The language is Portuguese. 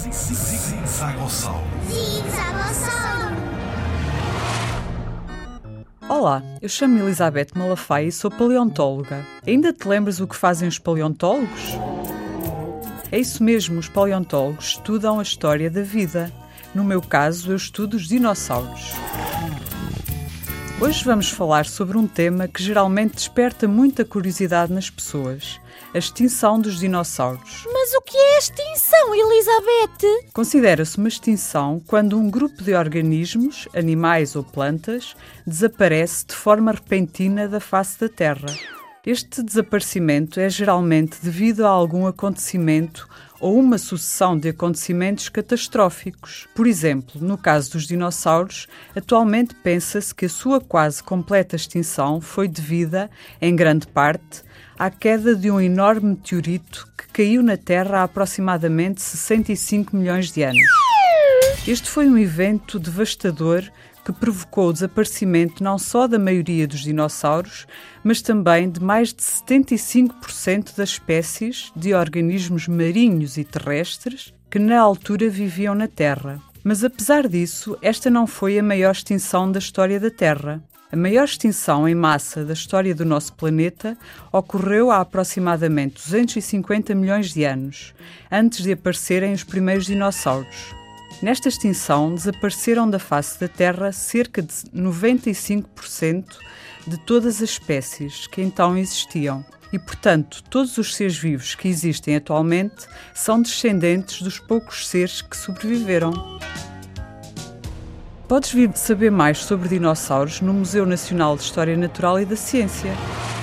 Zigzagossauro. Olá, eu chamo-me Elizabeth Malafaia e sou paleontóloga. Ainda te lembras o que fazem os paleontólogos? É isso mesmo, os paleontólogos estudam a história da vida. No meu caso, eu estudo os dinossauros. Hoje vamos falar sobre um tema que geralmente desperta muita curiosidade nas pessoas: a extinção dos dinossauros. Mas o que é a extinção, Elizabeth? Considera-se uma extinção quando um grupo de organismos, animais ou plantas, desaparece de forma repentina da face da Terra. Este desaparecimento é geralmente devido a algum acontecimento ou uma sucessão de acontecimentos catastróficos. Por exemplo, no caso dos dinossauros, atualmente pensa-se que a sua quase completa extinção foi devida, em grande parte, à queda de um enorme meteorito que caiu na Terra há aproximadamente 65 milhões de anos. Este foi um evento devastador que provocou o desaparecimento não só da maioria dos dinossauros, mas também de mais de 75% das espécies de organismos marinhos e terrestres que na altura viviam na Terra. Mas apesar disso, esta não foi a maior extinção da história da Terra. A maior extinção em massa da história do nosso planeta ocorreu há aproximadamente 250 milhões de anos, antes de aparecerem os primeiros dinossauros. Nesta extinção, desapareceram da face da Terra cerca de 95% de todas as espécies que então existiam. E, portanto, todos os seres vivos que existem atualmente são descendentes dos poucos seres que sobreviveram. Podes vir saber mais sobre dinossauros no Museu Nacional de História Natural e da Ciência.